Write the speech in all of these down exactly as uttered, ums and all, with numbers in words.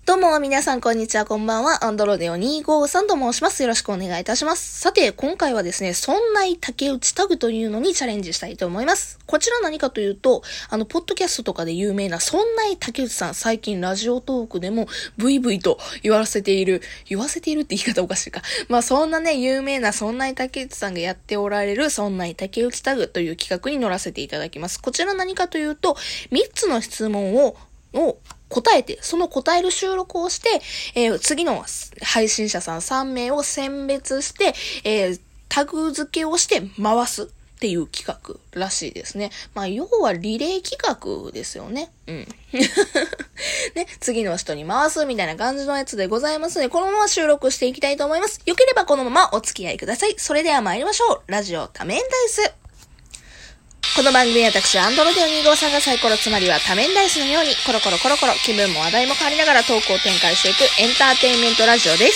どうも、皆さん、こんにちは、こんばんは。アンドロデオにひゃくごじゅうさんと申します。よろしくお願いいたします。さて、今回はですね、そんない竹内タグというのにチャレンジしたいと思います。こちら何かというと、あの、ポッドキャストとかで有名なそんない竹内さん、最近ラジオトークでもブイブイと言わせている、言わせているって言い方おかしいか。まあ、そんなね、有名なそんない竹内さんがやっておられるそんない竹内タグという企画に乗らせていただきます。こちら何かというと、みっつの質問を、を答えて、その答える収録をして、えー、次の配信者さんさんめいを選別して、えー、タグ付けをして回すっていう企画らしいですね。まあ、要はリレー企画ですよね。うん。ね、次の人に回すみたいな感じのやつでございますので、このまま収録していきたいと思います。よければこのままお付き合いください。それでは参りましょう。ラジオ多面ダイス。この番組は私、アンドロデオにひゃくごじゅうさんがサイコロ、つまりは多面ダイスのように、コロコロコロコロ、気分も話題も変わりながらトークを展開していくエンターテインメントラジオです。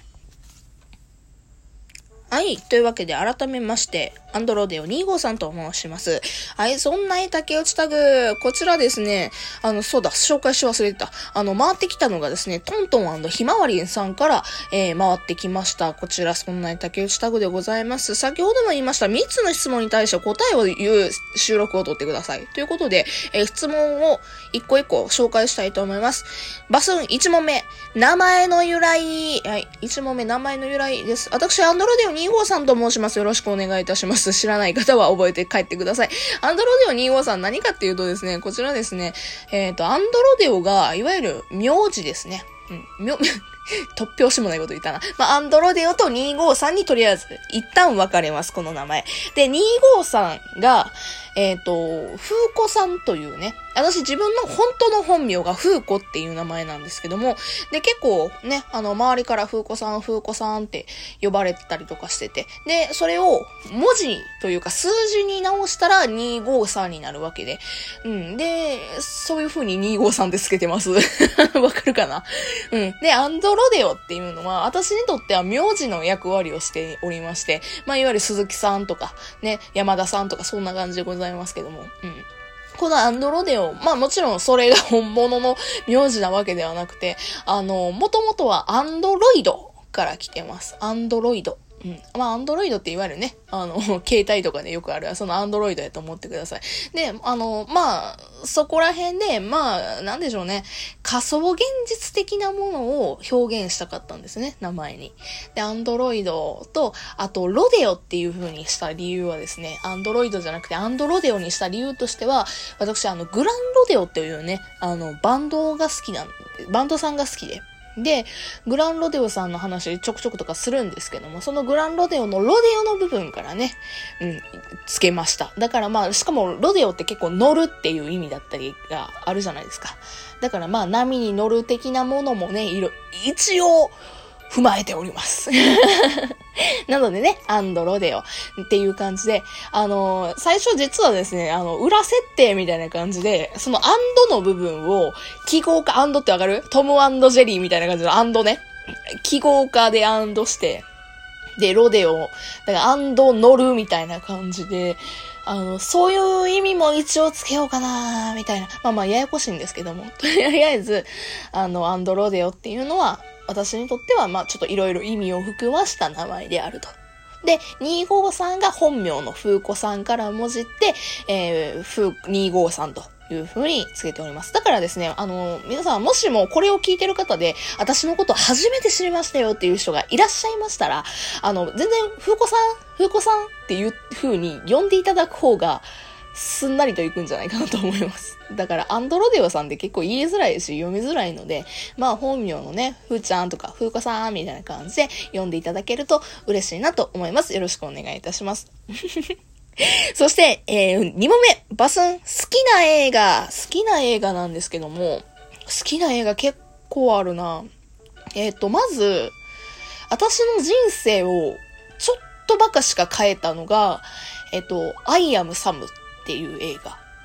はい。というわけで、改めまして、アンドロデオにひゃくごじゅうさんと申します。はい。そんない竹内タグ。こちらですね、あの、そうだ、紹介し忘れてた。あの、回ってきたのがですね、トントン&ひまわりんさんから、えー、回ってきました。こちら、そんない竹内タグでございます。先ほども言いました、みっつの質問に対して答えを言う収録を取ってください。ということで、えー、質問を一個一個紹介したいと思います。バスンいち問目。名前の由来。はい。いち問目、名前の由来です。私、アンドロデオにひゃくごじゅうさんと申します。よろしくお願いいたします。知らない方は覚えて帰ってください。アンドロデオにひゃくごじゅうさん何かっていうとですね、こちらですね、えっと、アンドロデオが、いわゆる名字ですね。うん、みょ、突拍子もないこと言ったな。まあ、アンドロデオとにひゃくごじゅうさんにとりあえず、一旦分かれます、この名前。で、にひゃくごじゅうさんが、えっと、風子さんというね、私自分の本当の本名が風子っていう名前なんですけども、で、結構ね、あの、周りから風子さん、風子さんって呼ばれてたりとかしてて、で、それを文字というか数字に直したらにひゃくごじゅうさんになるわけで、うん。で、そういう風ににひゃくごじゅうさんってつけてます。わかるかな？うん。で、アンドロデオっていうのは、私にとっては名字の役割をしておりまして、まあ、いわゆる鈴木さんとか、ね、山田さんとかそんな感じでございますけども、うん。このアンドロデオ、まあもちろんそれが本物の名字なわけではなくて、あの、もともとはアンドロイドから来てます。アンドロイド。うん。まあ、アンドロイドっていわゆるね、あの、携帯とかでよくある、そのアンドロイドやと思ってください。で、あの、まあ、そこら辺で、まあ、なんでしょうね、仮想現実的なものを表現したかったんですね、名前に。で、アンドロイドと、あと、ロデオっていう風にした理由はですね、アンドロイドじゃなくてアンドロデオにした理由としては、私、あの、グランロデオっていうね、あの、バンドが好きなん、バンドさんが好きで、で、グランロデオさんの話ちょくちょくとかするんですけども、そのグランロデオのロデオの部分からね、うん、つけました。だからまあ、しかもロデオって結構乗るっていう意味だったりがあるじゃないですか。だからまあ、波に乗る的なものもね、いろ、一応、踏まえております。なのでね、アンドロデオっていう感じで、あのー、最初実はですね、あの、裏設定みたいな感じで、そのアンドの部分を、記号化、アンドってわかる？トム&ジェリーみたいな感じのアンドね。記号化でアンドして、で、ロデオ、だからアンド乗るみたいな感じで、あの、そういう意味も一応つけようかなみたいな。まあまあ、ややこしいんですけども。とりあえず、あの、アンドロデオっていうのは、私にとっては、まあちょっといろいろ意味を含ました名前であると。で、にひゃくごじゅうさんが本名の風子さんからもじって、えー、風、にひゃくごじゅうさんという風につけております。だからですね、あの、皆さんもしもこれを聞いてる方で、私のこと初めて知りましたよっていう人がいらっしゃいましたら、あの、全然、風子さん、風子さんっていう風に呼んでいただく方が、すんなりといくんじゃないかなと思います。だから、アンドロデオさんって結構言いづらいし、読みづらいので、まあ、本名のね、ふーちゃんとか、ふうこさんみたいな感じで読んでいただけると嬉しいなと思います。よろしくお願いいたします。そして、えー、に問目、バスン、好きな映画、好きな映画なんですけども、好きな映画結構あるな。えっと、まず、私の人生をちょっとばかしか変えたのが、えっと、アイアムサムっていう映画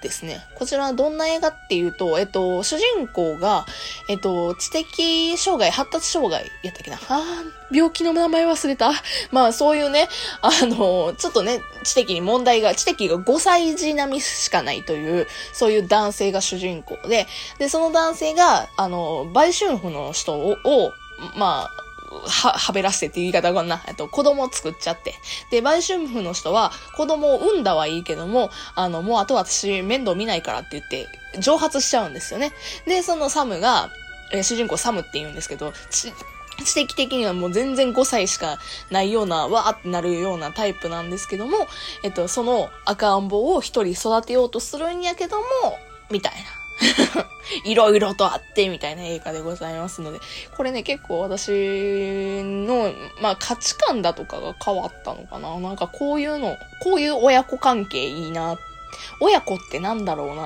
ですね。こちらはどんな映画っていうと、えっと、主人公が、えっと、知的障害、発達障害やったっけな。あー、病気の名前忘れた。まあ、そういうね、あの、ちょっとね、知的に問題が、知的がごさい児並みしかないという、そういう男性が主人公で、で、その男性が、あの、売春婦の人を、をまあ、は、はべらせてっていう言い方がな、えっと、子供を作っちゃって。で、売春婦の人は、子供を産んだはいいけども、あの、もうあとは私面倒見ないからって言って、蒸発しちゃうんですよね。で、そのサムが、えー主人公サムって言うんですけど、ち知的的にはもう全然ごさいしかないような、わーってなるようなタイプなんですけども、えっと、その赤ん坊を一人育てようとするんやけども、みたいな。いろいろとあってみたいな映画でございますので、これね結構私の、まあ、価値観だとかが変わったのかな。なんかこういうの、こういう親子関係いいな。親子ってなんだろうなって、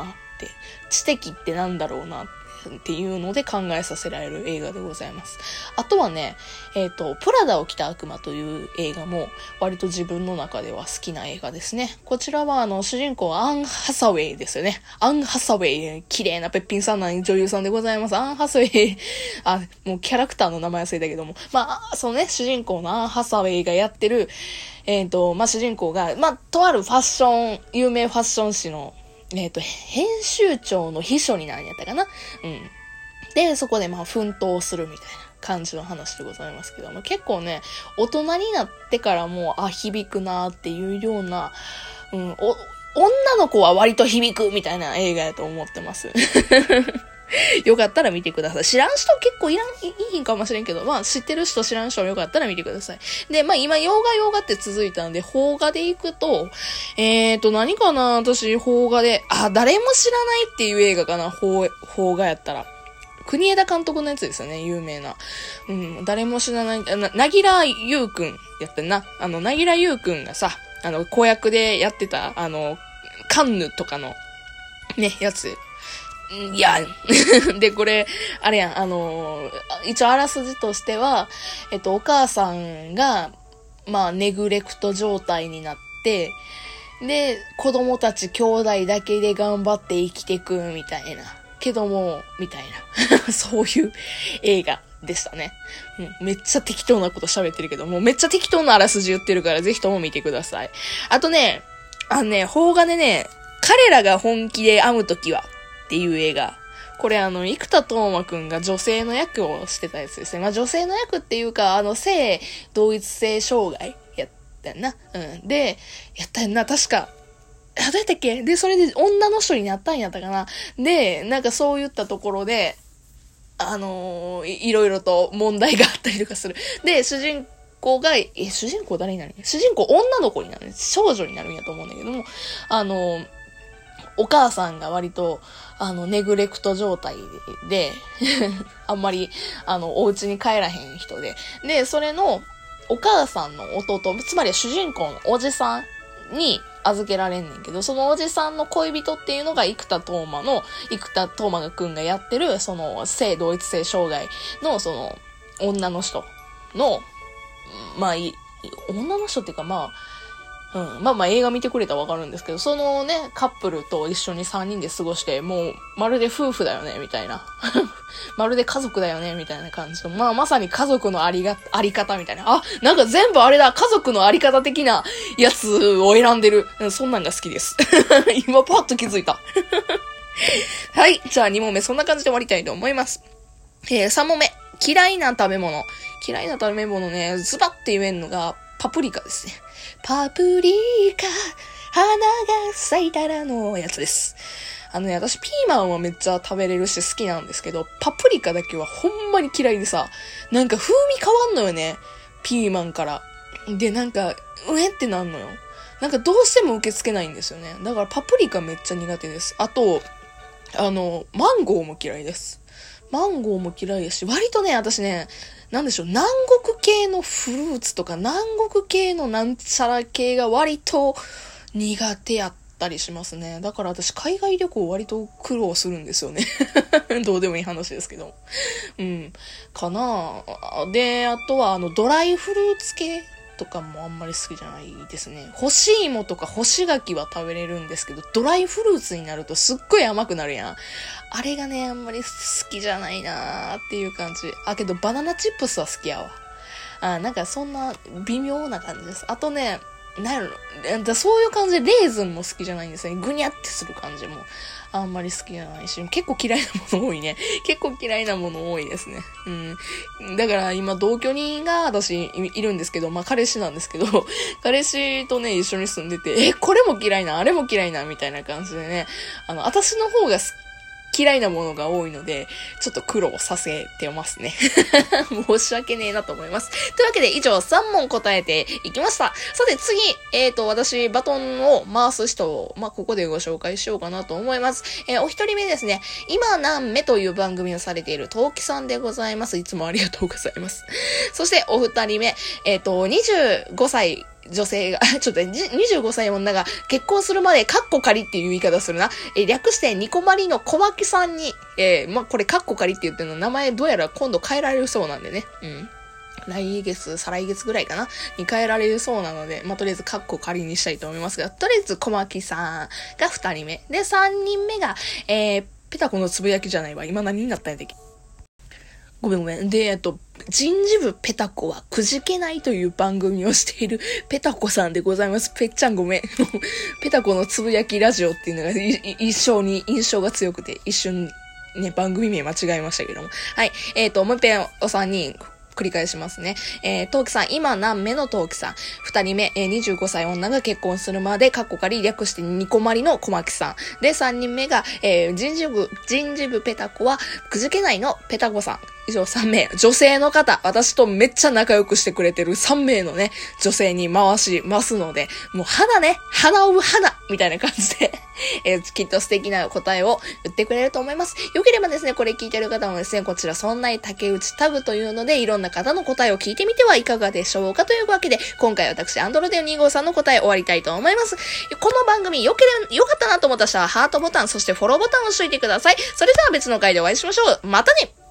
知的ってなんだろうなっていうので考えさせられる映画でございます。あとはね、えっと、プラダを着た悪魔という映画も割と自分の中では好きな映画ですね。こちらはあの、主人公アン・ハサウェイですよね。アン・ハサウェイ、綺麗なぺっぴんさんな女優さんでございます。アン・ハサウェイ、あ、もうキャラクターの名前忘れたけども、まあ、そのね、主人公のアン・ハサウェイがやってる、えっと、まあ、主人公が、まあ、とあるファッション、有名ファッション誌の、えっと、編集長の秘書になるんやったかな。うん。で、そこでまあ奮闘するみたいな感じの話でございますけども、結構ね、大人になってからも、あ、響くなっていうような、うん、お、女の子は割と響くみたいな映画やと思ってます。よかったら見てください。知らん人結構いらん、いいかもしれんけど、まあ知ってる人知らん人もよかったら見てください。で、まあ今、洋画洋画って続いたんで、邦画で行くと、えーと、何かな私、邦画で、あ、誰も知らないっていう映画かな邦、邦画やったら。国枝監督のやつですよね、有名な。うん、誰も知らない、な、なぎらゆうくんやってんな。あの、なぎらゆうくんがさ、あの、子役でやってた、あの、カンヌとかの、ね、やつ。いや、で、これ、あれやん、あの、一応あらすじとしては、えっと、お母さんが、まあ、ネグレクト状態になって、で、子供たち兄弟だけで頑張って生きてくみたいな。けども、みたいな。そういう映画でしたね。うん、めっちゃ適当なこと喋ってるけど、もうめっちゃ適当なあらすじ言ってるから、ぜひとも見てください。あとね、あのね、邦画でね、彼らが本気で編むときはっていう映画。これあの、生田斗真くんが女性の役をしてたやつですね。まあ女性の役っていうか、あの、性同一性障害やったんな。うん。で、やったんな、確か。あ、どうやったっけ？で、それで女の人になったんやったかな。で、なんかそういったところで、あのー、い、いろいろと問題があったりとかする。で、主人公が、え、主人公誰になるん主人公女の子になる少女になるんやと思うんだけども、あのー、お母さんが割と、あの、ネグレクト状態で、あんまり、あの、お家に帰らへん人で。で、それの、お母さんの弟、つまりは主人公のおじさんに預けられんねんけど、そのおじさんの恋人っていうのが生田斗真の、生田斗真くんがやってる、その、性同一性障害の、その、女の人の、まあ、い、女の人っていうかまあ、うん。まあまあ映画見てくれたらわかるんですけど、そのね、カップルと一緒にさんにんで過ごして、もう、まるで夫婦だよね、みたいな。まるで家族だよね、みたいな感じの。まあまさに家族のありが、あり方みたいな。あ、なんか全部あれだ、家族のあり方的なやつを選んでる。うん、そんなんが好きです。今パッと気づいた。はい。じゃあに問目、そんな感じで終わりたいと思います。えー、さん問目。嫌いな食べ物。嫌いな食べ物ね、ズバって言えんのが、パプリカですね。パプリカ、花が咲いたらのやつです。あのね、私ピーマンはめっちゃ食べれるし好きなんですけど、パプリカだけはほんまに嫌いでさ、なんか風味変わんのよね。ピーマンから。で、なんか、うえってなんのよ。なんかどうしても受け付けないんですよね。だからパプリカめっちゃ苦手です。あと、あの、マンゴーも嫌いです。マンゴーも嫌いやし、割とね、私ね、なんでしょう、南国系のフルーツとか、南国系のなんちゃら系が割と苦手やったりしますね。だから私、海外旅行割と苦労するんですよね。どうでもいい話ですけど。うん。かなぁ。で、あとは、あの、ドライフルーツ系とかもあんまり好きじゃないですね。干し芋とか干し柿は食べれるんですけど、ドライフルーツになるとすっごい甘くなるやん。あれがね、あんまり好きじゃないなーっていう感じ。あ、けどバナナチップスは好きやわ。あ、なんかそんな微妙な感じです。あとね、なんやろ、だそういう感じでレーズンも好きじゃないんですよね。ぐにゃってする感じもあんまり好きじゃないし、結構嫌いなもの多いね。結構嫌いなもの多いですね。うん。だから今同居人が私いるんですけど、まあ彼氏なんですけど、彼氏とね一緒に住んでて、え、これも嫌いな、あれも嫌いな、みたいな感じでね、あの、私の方が好き嫌いなものが多いので、ちょっと苦労させてますね。申し訳ねえなと思います。というわけで以上さん問答えていきました。さて次、えっと、私、バトンを回す人を、まあ、ここでご紹介しようかなと思います。えー、お一人目ですね。今何目という番組をされているトウキさんでございます。いつもありがとうございます。そしてお二人目、えっと、にじゅうごさい、女性が、ちょっとにじゅうごさい女が結婚するまでカッコ仮っていう言い方するな。えー、略してニコマリの小牧さんに、えー、まあ、これカッコ仮って言ってるの名前どうやら今度変えられるそうなんでね。うん。来月、再来月ぐらいかなに変えられるそうなので、まあ、とりあえずカッコ仮にしたいと思いますが、とりあえず小牧さんが二人目。で、三人目が、えー、ペタコのつぶやきじゃないわ。今何になったんやったっけ？ごめんごめん。で、えっと、人事部ペタコはくじけないという番組をしているペタコさんでございます。ぺっちゃんごめん。ペタコのつぶやきラジオっていうのが一生に印象が強くて、一瞬ね、番組名間違えましたけども。はい。えっと、もう一遍お三人、繰り返しますね。えー、トウキさん、今何目のトウキさん。二人目、えー、にじゅうごさい女が結婚するまで、カッコ仮略してニコマリの小牧さん。で、三人目が、えー、人事部、人事部ペタコは、くじけないのペタコさん。以上さん名。女性の方、私とめっちゃ仲良くしてくれてるさん名のね、女性に回しますので、もう花ね、花を生花みたいな感じで、えー、きっと素敵な答えを言ってくれると思います。よければですね、これ聞いてる方もですね、こちらそんな竹内タグというので、いろんな方の答えを聞いてみてはいかがでしょうかというわけで、今回私、アンドロデオに号さんの答え終わりたいと思います。この番組よけれ、よかったなと思った人は、ハートボタン、そしてフォローボタンを押しておいてください。それでは別の回でお会いしましょう。またね。